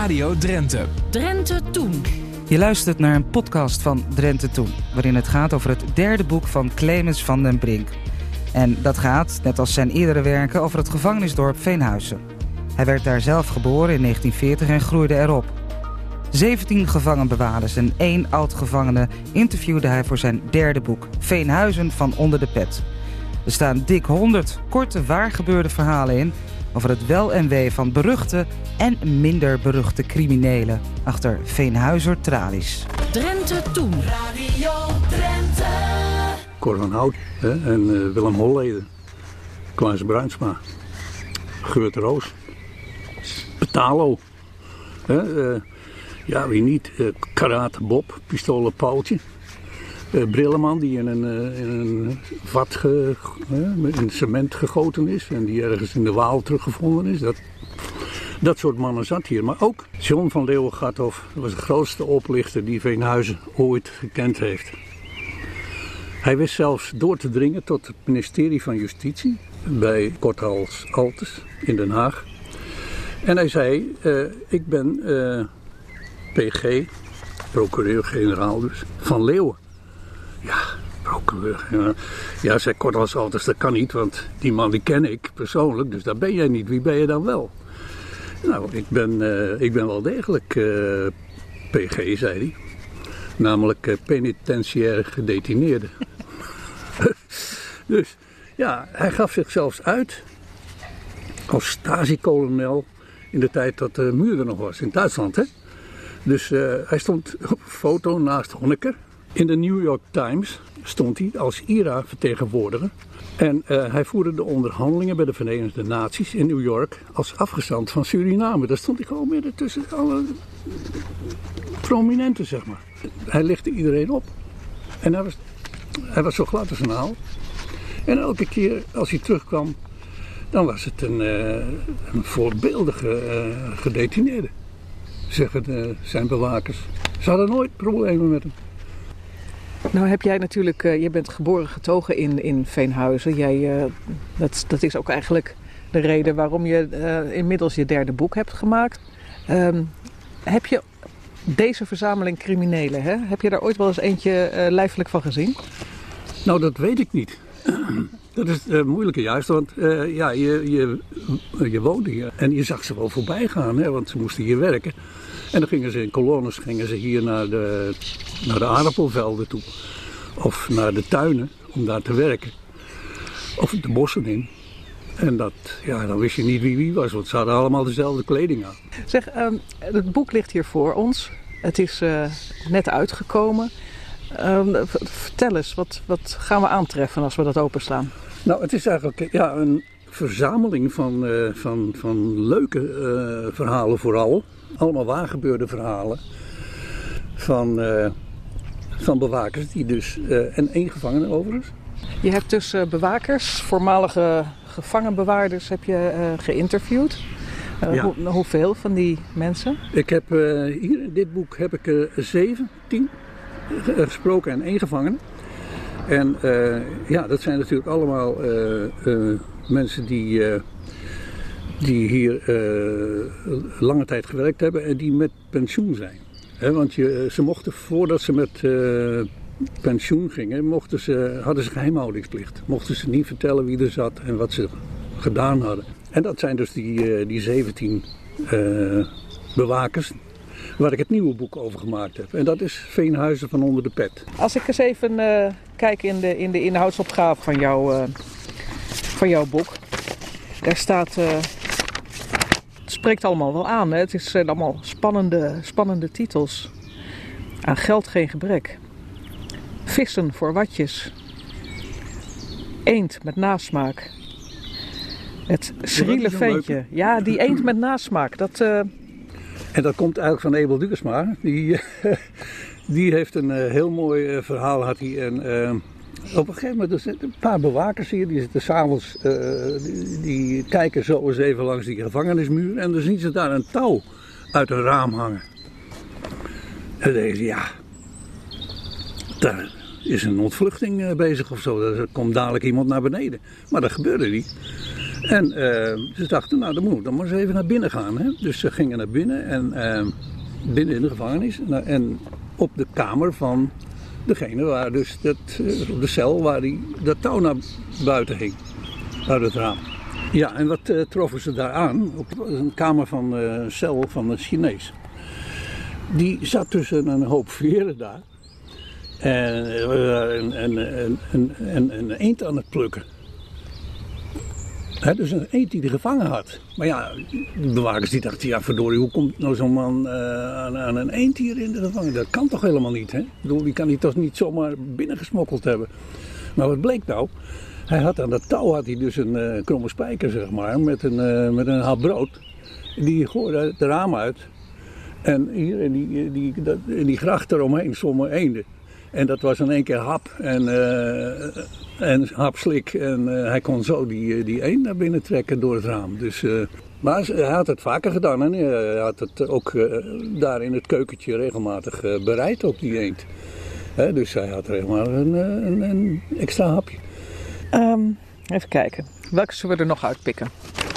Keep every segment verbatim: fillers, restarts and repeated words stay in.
Radio Drenthe. Drenthe Toen. Je luistert naar een podcast van Drenthe Toen, waarin het gaat over het derde boek van Clemens van den Brink. En dat gaat, net als zijn eerdere werken, over het gevangenisdorp Veenhuizen. Hij werd daar zelf geboren in negentien veertig en groeide erop. zeventien gevangenbewaarders en één oud-gevangene interviewde hij voor zijn derde boek, Veenhuizen van onder de pet. Er staan dik honderd korte waargebeurde verhalen in over het wel en wee van beruchte en minder beruchte criminelen achter Veenhuizer tralies. Drenthe Toen. Radio Drenthe. Cor van Hout hè, en uh, Willem Holleder, Klaas Bruinsma, Geurt Roos, Petalo, hè, uh, ja wie niet, uh, Karate Bob, Pistolen Paultje, uh, Brilleman die in een, uh, in een vat ge, uh, in cement gegoten is en die ergens in de Waal teruggevonden is. Dat, dat soort mannen zat hier, maar ook John van Leeuwengathoff was de grootste oplichter die Veenhuizen ooit gekend heeft. Hij wist zelfs door te dringen tot het ministerie van Justitie bij Korthals Altes in Den Haag. En hij zei, uh, ik ben uh, P G, procureur-generaal dus, van Leeuwen. Ja, procureur-generaal. Ja, zei Korthals Altes, dat kan niet, want die man die ken ik persoonlijk, dus daar ben jij niet. Wie ben je dan wel? Nou, ik ben, uh, ik ben wel degelijk uh, P G, zei hij. Namelijk uh, penitentiair gedetineerde. Dus ja, hij gaf zichzelf uit als Stasi-kolonel in de tijd dat de muur er nog was in Duitsland. Hè? Dus uh, hij stond op een foto naast Honecker. In de New York Times stond hij als I R A-vertegenwoordiger. En uh, hij voerde de onderhandelingen bij de Verenigde Naties in New York als afgezant van Suriname. Daar stond hij gewoon midden tussen alle prominenten, zeg maar. Hij lichtte iedereen op. En hij was, hij was zo glad als een aal. En elke keer als hij terugkwam, dan was het een, uh, een voorbeeldige uh, gedetineerde, zeggen de, zijn bewakers. Ze hadden nooit problemen met hem. Nou heb jij natuurlijk, uh, je bent geboren getogen in, in Veenhuizen. Jij, uh, dat, dat is ook eigenlijk de reden waarom je uh, inmiddels je derde boek hebt gemaakt. Um, heb je deze verzameling criminelen, hè? Heb je daar ooit wel eens eentje uh, lijfelijk van gezien? Nou, dat weet ik niet. Dat is het uh, moeilijke juist, want uh, ja, je, je, je woonde hier en je zag ze wel voorbij gaan, hè, want ze moesten hier werken. En dan gingen ze in kolonnes gingen ze hier naar de, naar de aardappelvelden toe. Of naar de tuinen om daar te werken. Of de bossen in. En dat, ja, dan wist je niet wie wie was, want ze hadden allemaal dezelfde kleding aan. Zeg, um, het boek ligt hier voor ons. Het is uh, net uitgekomen. Um, vertel eens, wat, wat gaan we aantreffen als we dat openslaan? Nou, het is eigenlijk ja, een verzameling van, uh, van, van leuke uh, verhalen vooral. Allemaal waargebeurde verhalen. Van, uh, van bewakers die dus, uh, en één gevangene overigens. Je hebt dus uh, bewakers, voormalige gevangenbewaarders heb je uh, geïnterviewd. Uh, Ja. hoe, hoeveel van die mensen? Ik heb uh, hier in dit boek heb ik uh, zeven, tien gesproken en één gevangene. En uh, ja, dat zijn natuurlijk allemaal uh, uh, mensen die, uh, die hier uh, lange tijd gewerkt hebben en die met pensioen zijn. He, want je, ze mochten, voordat ze met uh, pensioen gingen, mochten ze, hadden ze geheimhoudingsplicht. Mochten ze niet vertellen wie er zat en wat ze gedaan hadden. En dat zijn dus die, uh, die zeventien uh, bewakers waar ik het nieuwe boek over gemaakt heb. En dat is Veenhuizen van onder de pet. Als ik eens even uh, kijk in de, in de inhoudsopgave van, jou, uh, van jouw boek. Daar staat, uh, het spreekt allemaal wel aan. Hè? Het is uh, allemaal spannende, spannende titels. Aan geld geen gebrek. Vissen voor watjes. Eend met nasmaak. Het schriele ventje. Ja, die eend met nasmaak. Dat... Uh, En dat komt eigenlijk van Abel Duursma. Die, die heeft een uh, heel mooi uh, verhaal. Had hij. En, uh, op een gegeven moment er zitten een paar bewakers hier. Die zitten s'avonds. Uh, die, die kijken zo eens even langs die gevangenismuur. En dan zien ze daar een touw uit een raam hangen. En dan denken ze, ja. Daar is een ontvluchting uh, bezig of zo. Er komt dadelijk iemand naar beneden. Maar dat gebeurde niet. En uh, ze dachten, nou dan moeten we dan maar eens even naar binnen gaan. Hè? Dus ze gingen naar binnen en uh, binnen in de gevangenis. En, en op de kamer van degene waar dus dat, uh, op de cel waar die, dat touw naar buiten hing. Uit het raam. Ja, en wat uh, troffen ze daar aan? Op een kamer van uh, een cel van een Chinees. Die zat tussen een hoop veren daar. En uh, een, een, een, een, een eend aan het plukken. He, dus een eend die hij gevangen had. Maar ja, de bewakers die dachten, ja verdorie, hoe komt nou zo'n man uh, aan, aan een eend hier in de gevangenis? Dat kan toch helemaal niet, hè? Ik bedoel, die kan hij toch niet zomaar binnengesmokkeld hebben. Maar wat bleek nou? Hij had aan dat touw had hij dus een uh, kromme spijker, zeg maar, met een, uh, met een hap brood. Die gooide het raam uit. En hier in die, die, dat, in die gracht eromheen zwommen eenden. En dat was in één keer hap en, uh, en hapslik. En uh, hij kon zo die, die eend naar binnen trekken door het raam. Dus, uh, maar hij had het vaker gedaan. En hij had het ook uh, daar in het keukentje regelmatig uh, bereid op die eend. He, dus hij had regelmatig een, een, een extra hapje. Um, even kijken. Welke zullen we er nog uitpikken?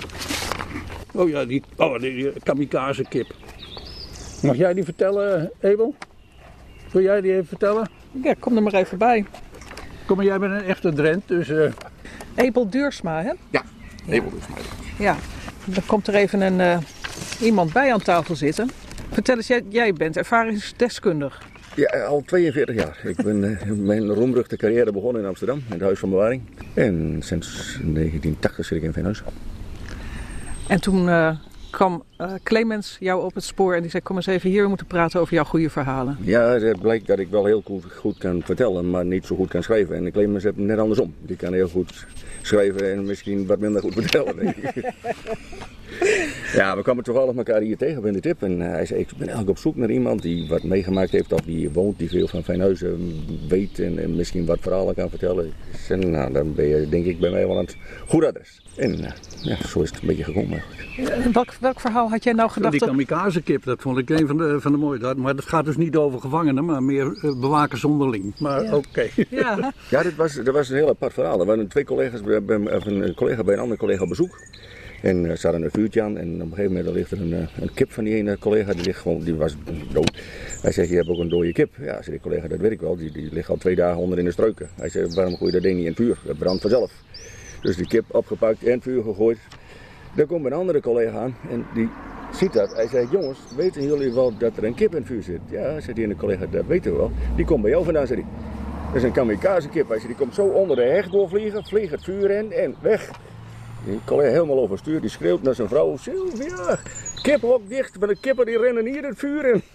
Oh ja, die, oh, die, die kamikaze kip. Mag jij die vertellen, Abel? Wil jij die even vertellen? Ja, kom er maar even bij. Kom maar, jij bent een echte Drent, dus... Uh... Abel Duursma, hè? Ja, Abel Duursma. Ja, dan komt er even een, uh, iemand bij aan tafel zitten. Vertel eens, jij, jij bent ervaringsdeskundig. Ja, al tweeënveertig jaar. Ik ben uh, mijn roemruchte carrière begonnen in Amsterdam, in het Huis van Bewaring. En sinds negentien tachtig zit ik in Veenhuizen. En toen uh, kwam uh, Clemens jou op het spoor en die zei, kom eens even hier, we moeten praten over jouw goede verhalen. Ja, het blijkt dat ik wel heel goed, goed kan vertellen, maar niet zo goed kan schrijven. En Clemens heeft het net andersom. Die kan heel goed schrijven en misschien wat minder goed vertellen, denk ik. Ja, we kwamen toevallig elkaar hier tegen bij de tip. En hij zei, ik ben eigenlijk op zoek naar iemand die wat meegemaakt heeft of die hier woont, die veel van Veenhuizen weet en, en misschien wat verhalen kan vertellen. En nou, dan ben je denk ik bij mij wel aan het goede adres. En uh, ja, zo is het een beetje gekomen eigenlijk. Ja, welk, welk verhaal had jij nou gedacht? Die kamikaze kip, dat vond ik een van de, van de mooie. Maar dat gaat dus niet over gevangenen, maar meer uh, bewakers onderling. Maar ja. Oké. Okay. Ja, ja dit was, dat was een heel apart verhaal. Er waren twee collega's, bij, bij, een collega bij een andere collega op bezoek. En uh, ze hadden een vuurtje aan en op een gegeven moment ligt er een, een kip van die ene collega, die, ligt gewoon, die was dood. Hij zegt, je hebt ook een dode kip. Ja, zei die collega, dat weet ik wel, die, die ligt al twee dagen onder in de struiken. Hij zei, waarom gooi je dat ding niet in het vuur? Dat brandt vanzelf. Dus die kip opgepakt en het vuur gegooid. Daar komt een andere collega aan en die ziet dat. Hij zei, jongens, weten jullie wel dat er een kip in het vuur zit? Ja, zei die ene collega, dat weten we wel. Die komt bij jou vandaan, zei hij. Dat is een kamikaze kip. Hij zei, die komt zo onder de heg doorvliegen, vliegt het vuur in en weg. Die collega helemaal overstuur, die schreeuwt naar zijn vrouw, Sylvia, kip ook dicht, maar de kippen die rennen hier het vuur in.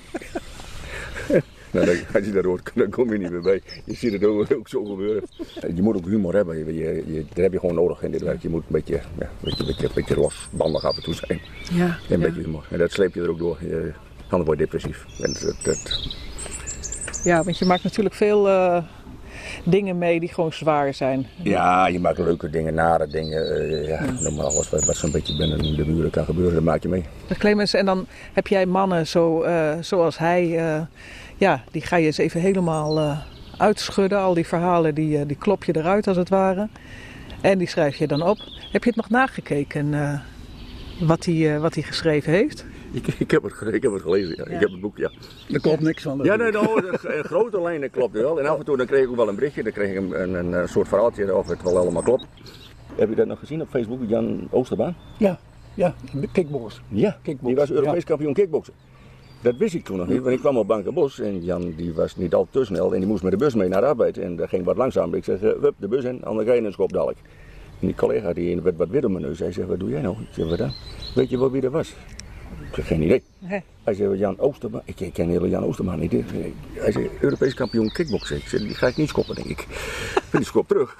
Nou, als je dat hoort, dan kom je niet meer bij. Je ziet het ook, ook zo gebeuren. Je moet ook humor hebben, je, je, je, dat heb je gewoon nodig in dit werk. Je moet een beetje, ja, een beetje, beetje, een beetje losbandig af en toe zijn. Ja, en een ja. beetje humor. En dat sleep je er ook door. Je, anders word je depressief. En dat, dat... Ja, want je maakt natuurlijk veel uh, dingen mee die gewoon zwaar zijn. Ja, je maakt leuke dingen, nare dingen. Uh, ja, ja. Noem maar alles wat, wat zo'n beetje binnen de muren kan gebeuren, dat maak je mee. Clemens, en dan heb jij mannen zo, uh, zoals hij, uh, ja, die ga je eens even helemaal uh, uitschudden. Al die verhalen, die, uh, die klop je eruit als het ware. En die schrijf je dan op. Heb je het nog nagekeken, uh, wat hij uh, wat hij geschreven heeft? Ik, ik, heb het, ik heb het gelezen, ja. Ja. Ik heb het boek, ja. Er klopt niks van. Ja, nee, nou, de grote lijnen klopt wel. En af en toe dan kreeg ik ook wel een berichtje, dan kreeg ik een, een, een, een soort verhaaltje of het wel allemaal klopt. Heb je dat nog gezien op Facebook, Jan Oosterbaan? Ja, ja, kickbox. Ja, kickbox. Die was Europees ja. kampioen kickboksen. Dat wist ik toen nog niet, want ik kwam op Bankenbos en Jan die was niet al te snel en die moest met de bus mee naar de arbeid. En dat ging wat langzaam. Ik zeg, wup, de bus in, anders ga je in een schop dadelijk. En die collega die werd wat wit om mijn neus, hij zegt, wat doe jij nou? Ik zeg, wat dan? Weet je wel wie dat was? Ik heb geen idee. Nee. Hij zei, Jan Oosterbaan. Ik ken hele Jan Oosterbaan niet. Hij zei, Europees kampioen kickboksen. Ik zei, die ga ik niet schoppen, denk ik. Ik vind die schop terug.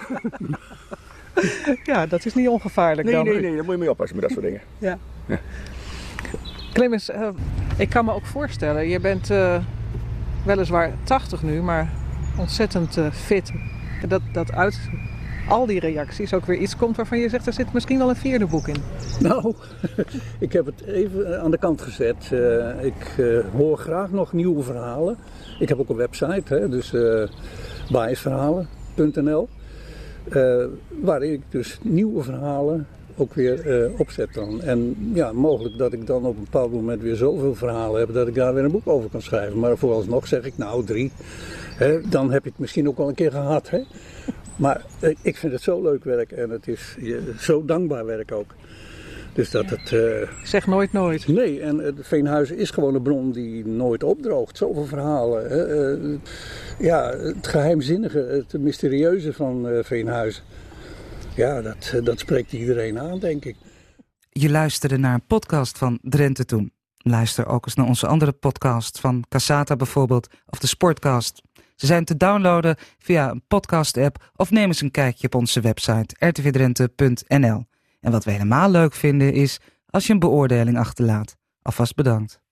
Ja, dat is niet ongevaarlijk nee, dan. Nee, nee, daar moet je mee oppassen met dat soort dingen. Ja. Ja. Clemens, uh, ik kan me ook voorstellen, je bent uh, weliswaar tachtig nu, maar ontzettend uh, fit. Dat, dat uit al die reacties ook weer iets komt waarvan je zegt, er zit misschien wel een vierde boek in. Nou, ik heb het even aan de kant gezet. Uh, ik uh, hoor graag nog nieuwe verhalen. Ik heb ook een website, hè, dus uh, biasverhalen punt n l. Uh, waarin ik dus nieuwe verhalen ook weer uh, opzet dan. En ja, mogelijk dat ik dan op een bepaald moment weer zoveel verhalen heb dat ik daar weer een boek over kan schrijven. Maar vooralsnog zeg ik nou drie. Hè, dan heb ik het misschien ook wel een keer gehad. Hè? Maar uh, ik vind het zo leuk werk en het is uh, zo dankbaar werk ook. Dus dat het... Uh, zeg nooit nooit. Nee, en uh, Veenhuizen is gewoon een bron die nooit opdroogt. Zoveel verhalen. Hè? Uh, ja, het geheimzinnige, het mysterieuze van uh, Veenhuizen. Ja, dat, dat spreekt iedereen aan, denk ik. Je luisterde naar een podcast van Drenthe Toen. Luister ook eens naar onze andere podcasts van Cassata bijvoorbeeld, of de Sportcast. Ze zijn te downloaden via een podcast-app of neem eens een kijkje op onze website r t v drenthe punt n l. En wat we helemaal leuk vinden is als je een beoordeling achterlaat. Alvast bedankt.